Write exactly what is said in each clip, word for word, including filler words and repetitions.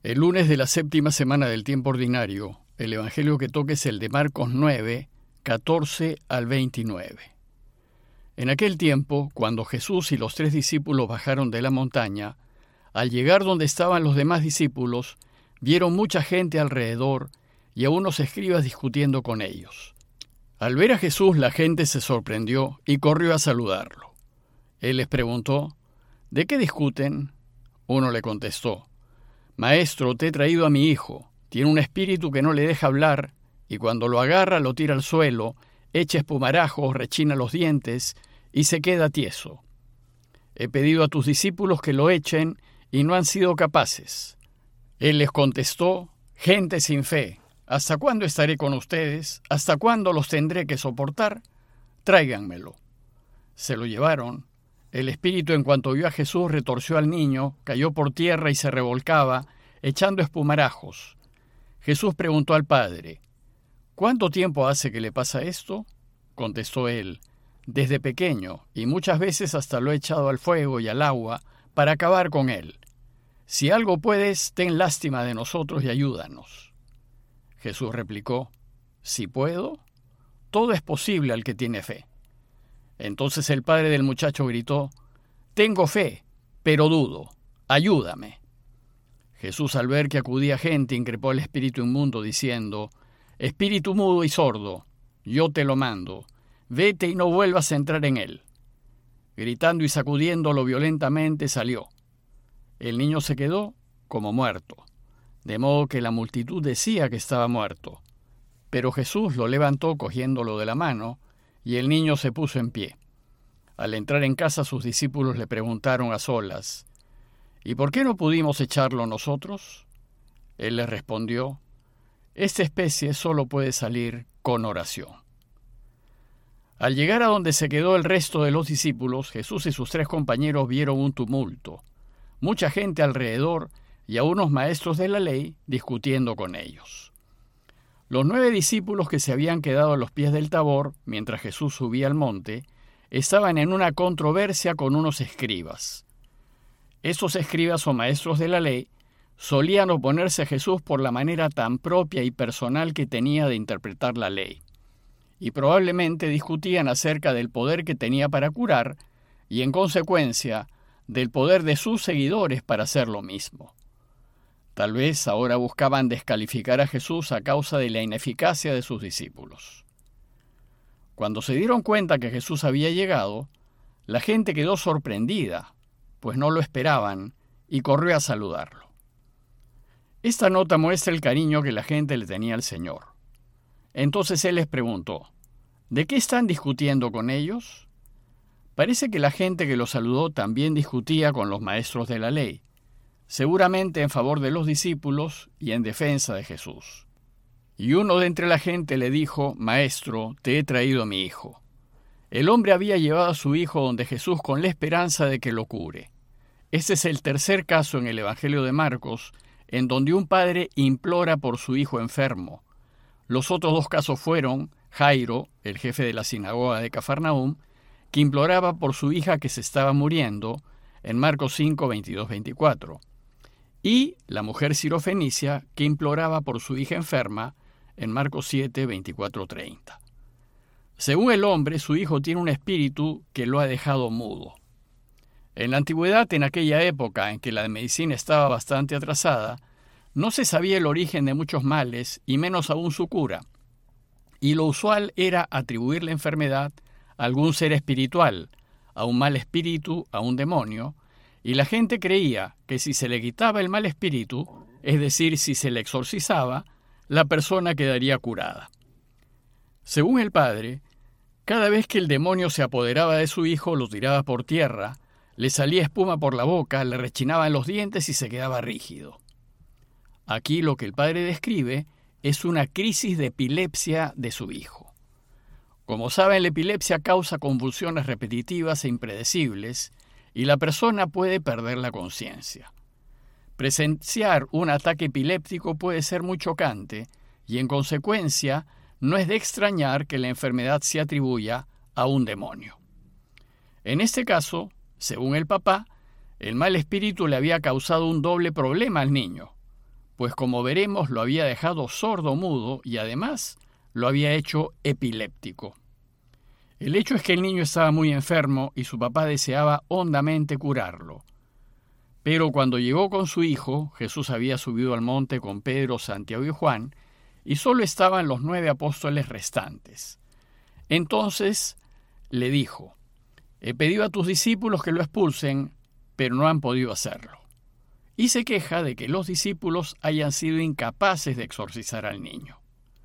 El lunes de la séptima semana del tiempo ordinario, el evangelio que toca es el de Marcos nueve, catorce al veintinueve. En aquel tiempo, cuando Jesús y los tres discípulos bajaron de la montaña, al llegar donde estaban los demás discípulos, vieron mucha gente alrededor y a unos escribas discutiendo con ellos. Al ver a Jesús, la gente se sorprendió y corrió a saludarlo. Él les preguntó, ¿de qué discuten? Uno le contestó, Maestro, te he traído a mi hijo. Tiene un espíritu que no le deja hablar, y cuando lo agarra lo tira al suelo, echa espumarajos, rechina los dientes y se queda tieso. He pedido a tus discípulos que lo echen y no han sido capaces. Él les contestó, gente sin fe, ¿hasta cuándo estaré con ustedes? ¿Hasta cuándo los tendré que soportar? Tráiganmelo. Se lo llevaron. El espíritu, en cuanto vio a Jesús, retorció al niño, cayó por tierra y se revolcaba, echando espumarajos. Jesús preguntó al padre, ¿cuánto tiempo hace que le pasa esto? Contestó él, desde pequeño, y muchas veces hasta lo he echado al fuego y al agua para acabar con él. Si algo puedes, ten lástima de nosotros y ayúdanos. Jesús replicó, si puedo, todo es posible al que tiene fe. Entonces el padre del muchacho gritó, tengo fe, pero dudo, ayúdame. Jesús, al ver que acudía gente, increpó al espíritu inmundo, diciendo, espíritu mudo y sordo, yo te lo mando, vete y no vuelvas a entrar en él. Gritando y sacudiéndolo violentamente salió. El niño se quedó como muerto, de modo que la multitud decía que estaba muerto. Pero Jesús lo levantó cogiéndolo de la mano, y el niño se puso en pie. Al entrar en casa, sus discípulos le preguntaron a solas, ¿y por qué no pudimos echarlo nosotros? Él les respondió, esta especie solo puede salir con oración. Al llegar a donde se quedó el resto de los discípulos, Jesús y sus tres compañeros vieron un tumulto, mucha gente alrededor y a unos maestros de la ley discutiendo con ellos. Los nueve discípulos que se habían quedado a los pies del Tabor, mientras Jesús subía al monte, estaban en una controversia con unos escribas. Esos escribas o maestros de la ley solían oponerse a Jesús por la manera tan propia y personal que tenía de interpretar la ley, y probablemente discutían acerca del poder que tenía para curar y, en consecuencia, del poder de sus seguidores para hacer lo mismo. Tal vez ahora buscaban descalificar a Jesús a causa de la ineficacia de sus discípulos. Cuando se dieron cuenta que Jesús había llegado, la gente quedó sorprendida, pues no lo esperaban, y corrió a saludarlo. Esta nota muestra el cariño que la gente le tenía al Señor. Entonces Él les preguntó, ¿de qué están discutiendo con ellos? Parece que la gente que lo saludó también discutía con los maestros de la ley, seguramente en favor de los discípulos y en defensa de Jesús. Y uno de entre la gente le dijo, Maestro, te he traído a mi hijo. El hombre había llevado a su hijo donde Jesús con la esperanza de que lo cure. Este es el tercer caso en el Evangelio de Marcos, en donde un padre implora por su hijo enfermo. Los otros dos casos fueron Jairo, el jefe de la sinagoga de Cafarnaúm, que imploraba por su hija que se estaba muriendo, en Marcos cinco, veintidós, veinticuatro. Y la mujer sirofenicia, que imploraba por su hija enferma, en Marcos siete, veinticuatro, treinta. Según el hombre, su hijo tiene un espíritu que lo ha dejado mudo. En la antigüedad, en aquella época en que la medicina estaba bastante atrasada, no se sabía el origen de muchos males y menos aún su cura. Y lo usual era atribuir la enfermedad a algún ser espiritual, a un mal espíritu, a un demonio, y la gente creía que si se le quitaba el mal espíritu, es decir, si se le exorcizaba, la persona quedaría curada. Según el padre, cada vez que el demonio se apoderaba de su hijo, lo tiraba por tierra, le salía espuma por la boca, le rechinaban los dientes y se quedaba rígido. Aquí lo que el padre describe es una crisis de epilepsia de su hijo. Como saben, la epilepsia causa convulsiones repetitivas e impredecibles y la persona puede perder la conciencia. Presenciar un ataque epiléptico puede ser muy chocante y, en consecuencia, no es de extrañar que la enfermedad se atribuya a un demonio. En este caso, según el papá, el mal espíritu le había causado un doble problema al niño. pues como veremos lo había dejado sordo-mudo y además lo había hecho epiléptico. El hecho es que el niño estaba muy enfermo y su papá deseaba hondamente curarlo. Pero cuando llegó con su hijo, Jesús había subido al monte con Pedro, Santiago y Juan, y solo estaban los nueve apóstoles restantes. Entonces le dijo: «He pedido a tus discípulos que lo expulsen, pero no han podido hacerlo». Y se queja de que los discípulos hayan sido incapaces de exorcizar al niño.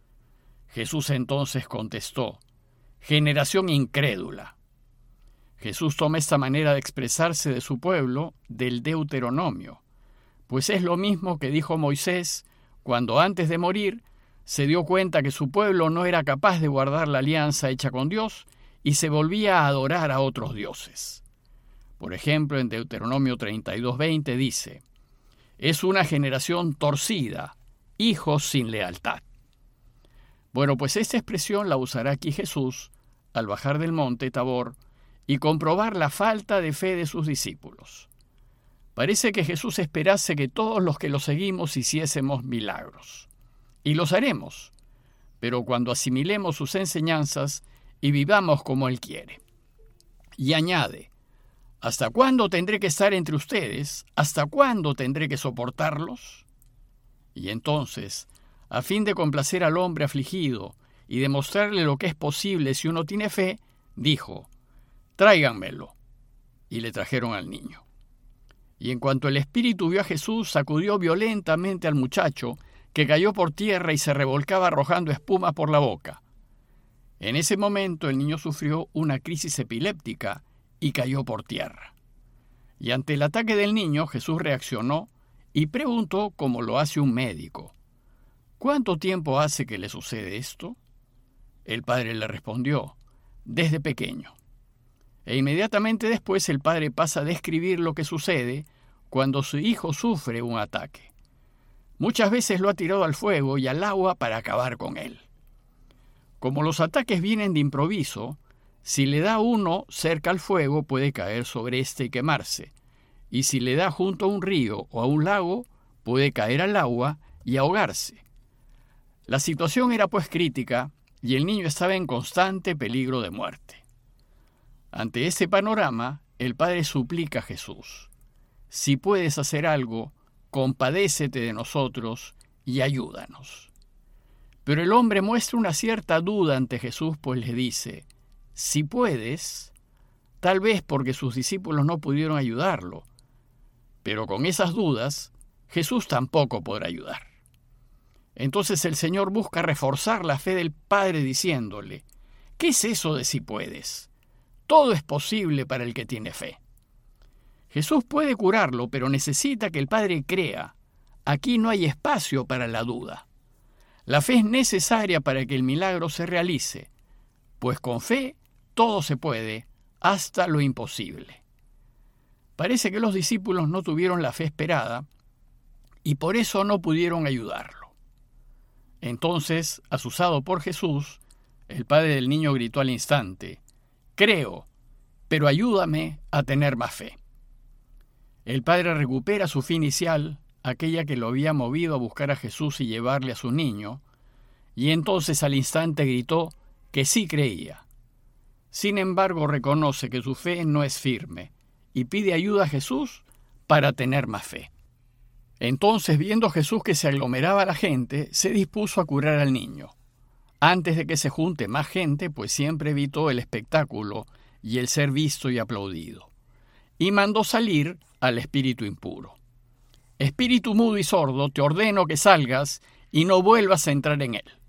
Jesús entonces contestó: «Generación incrédula». Jesús toma esta manera de expresarse de su pueblo del Deuteronomio, pues es lo mismo que dijo Moisés cuando antes de morir se dio cuenta que su pueblo no era capaz de guardar la alianza hecha con Dios y se volvía a adorar a otros dioses. Por ejemplo, en Deuteronomio treinta y dos veinte dice: «Es una generación torcida, hijos sin lealtad». Bueno, pues esta expresión la usará aquí Jesús al bajar del monte Tabor y comprobar la falta de fe de sus discípulos. Parece que Jesús esperase que todos los que lo seguimos hiciésemos milagros. Y los haremos, pero cuando asimilemos sus enseñanzas y vivamos como Él quiere. Y añade: ¿hasta cuándo tendré que estar entre ustedes? ¿Hasta cuándo tendré que soportarlos? Y entonces, a fin de complacer al hombre afligido y demostrarle lo que es posible si uno tiene fe, dijo: «Tráiganmelo». Y le trajeron al niño. Y en cuanto el espíritu vio a Jesús, sacudió violentamente al muchacho, que cayó por tierra y se revolcaba arrojando espuma por la boca. En ese momento el niño sufrió una crisis epiléptica y cayó por tierra. Y ante el ataque del niño, Jesús reaccionó y preguntó como lo hace un médico: «¿Cuánto tiempo hace que le sucede esto?». El padre le respondió: «Desde pequeño». E inmediatamente después el padre pasa a describir lo que sucede cuando su hijo sufre un ataque. Muchas veces lo ha tirado al fuego y al agua para acabar con él. Como los ataques vienen de improviso, si le da uno cerca al fuego puede caer sobre éste y quemarse, y si le da junto a un río o a un lago puede caer al agua y ahogarse. La situación era pues crítica y el niño estaba en constante peligro de muerte. Ante ese panorama, el padre suplica a Jesús: «Si puedes hacer algo, compadécete de nosotros y ayúdanos». Pero el hombre muestra una cierta duda ante Jesús, pues le dice: «Si puedes», tal vez porque sus discípulos no pudieron ayudarlo. Pero con esas dudas, Jesús tampoco podrá ayudar. Entonces el Señor busca reforzar la fe del padre diciéndole: «¿Qué es eso de si puedes? Todo es posible para el que tiene fe». Jesús puede curarlo, pero necesita que el Padre crea. Aquí no hay espacio para la duda. La fe es necesaria para que el milagro se realice, pues con fe todo se puede, hasta lo imposible. Parece que los discípulos no tuvieron la fe esperada y por eso no pudieron ayudarlo. Entonces, asusado por Jesús, el padre del niño gritó al instante: «Creo, pero ayúdame a tener más fe». El padre recupera su fe inicial, aquella que lo había movido a buscar a Jesús y llevarle a su niño, y entonces al instante gritó que sí creía. Sin embargo, reconoce que su fe no es firme y pide ayuda a Jesús para tener más fe. Entonces, viendo Jesús que se aglomeraba la gente, se dispuso a curar al niño, antes de que se junte más gente, pues siempre evitó el espectáculo y el ser visto y aplaudido, y mandó salir al espíritu impuro. «Espíritu mudo y sordo, te ordeno que salgas y no vuelvas a entrar en él».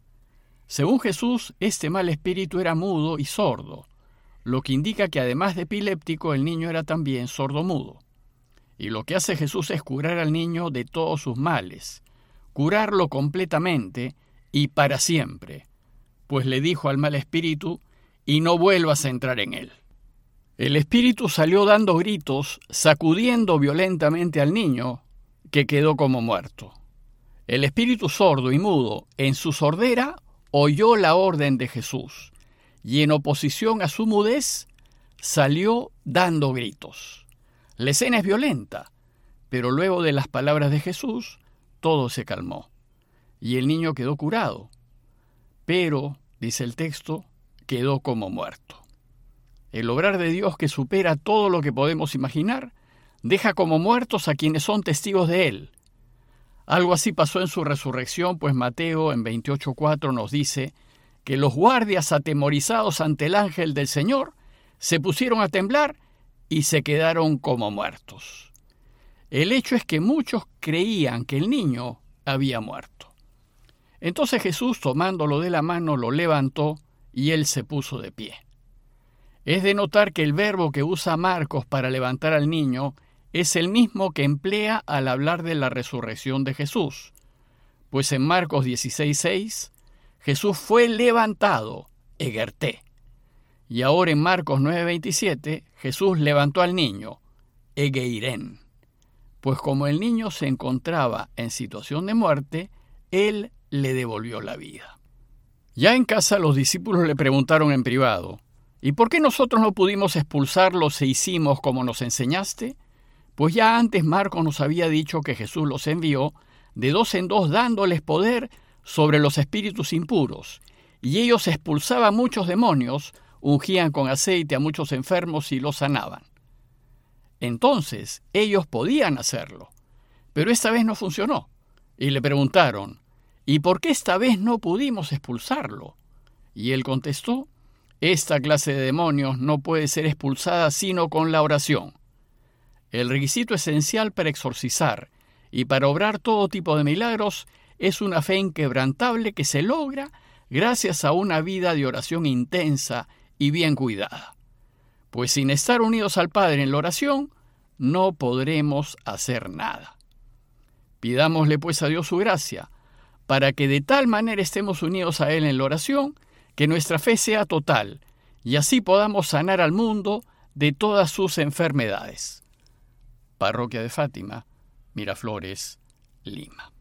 Según Jesús, este mal espíritu era mudo y sordo, lo que indica que además de epiléptico, el niño era también sordo-mudo. Y lo que hace Jesús es curar al niño de todos sus males, curarlo completamente y para siempre, pues le dijo al mal espíritu: «y no vuelvas a entrar en él». El espíritu salió dando gritos, sacudiendo violentamente al niño, que quedó como muerto. El espíritu sordo y mudo, en su sordera, oyó la orden de Jesús, y en oposición a su mudez, salió dando gritos. La escena es violenta, pero luego de las palabras de Jesús, todo se calmó y el niño quedó curado, pero, dice el texto, quedó como muerto. El obrar de Dios, que supera todo lo que podemos imaginar, deja como muertos a quienes son testigos de Él. Algo así pasó en su resurrección, pues Mateo en veintiocho cuatro nos dice que los guardias, atemorizados ante el ángel del Señor, se pusieron a temblar y se quedaron como muertos. El hecho es que muchos creían que el niño había muerto. Entonces Jesús, tomándolo de la mano, lo levantó y él se puso de pie. Es de notar que el verbo que usa Marcos para levantar al niño es el mismo que emplea al hablar de la resurrección de Jesús, pues en Marcos dieciséis seis, Jesús fue levantado, egerté, y ahora en Marcos nueve veintisiete, Jesús levantó al niño, egeirén, pues como el niño se encontraba en situación de muerte, él le devolvió la vida. Ya en casa los discípulos le preguntaron en privado, ¿y por qué nosotros no pudimos expulsarlos e hicimos como nos enseñaste? Pues ya antes Marcos nos había dicho que Jesús los envió de dos en dos dándoles poder sobre los espíritus impuros, y ellos expulsaban muchos demonios, ungían con aceite a muchos enfermos y los sanaban. Entonces ellos podían hacerlo, pero esta vez no funcionó, y le preguntaron, ¿y por qué esta vez no pudimos expulsarlo? Y él contestó, esta clase de demonios no puede ser expulsada sino con la oración. El requisito esencial para exorcizar y para obrar todo tipo de milagros es una fe inquebrantable que se logra gracias a una vida de oración intensa y bien cuidada. Pues sin estar unidos al Padre en la oración, no podremos hacer nada. Pidámosle pues a Dios su gracia, para que de tal manera estemos unidos a Él en la oración, que nuestra fe sea total, y así podamos sanar al mundo de todas sus enfermedades. Parroquia de Fátima, Miraflores, Lima.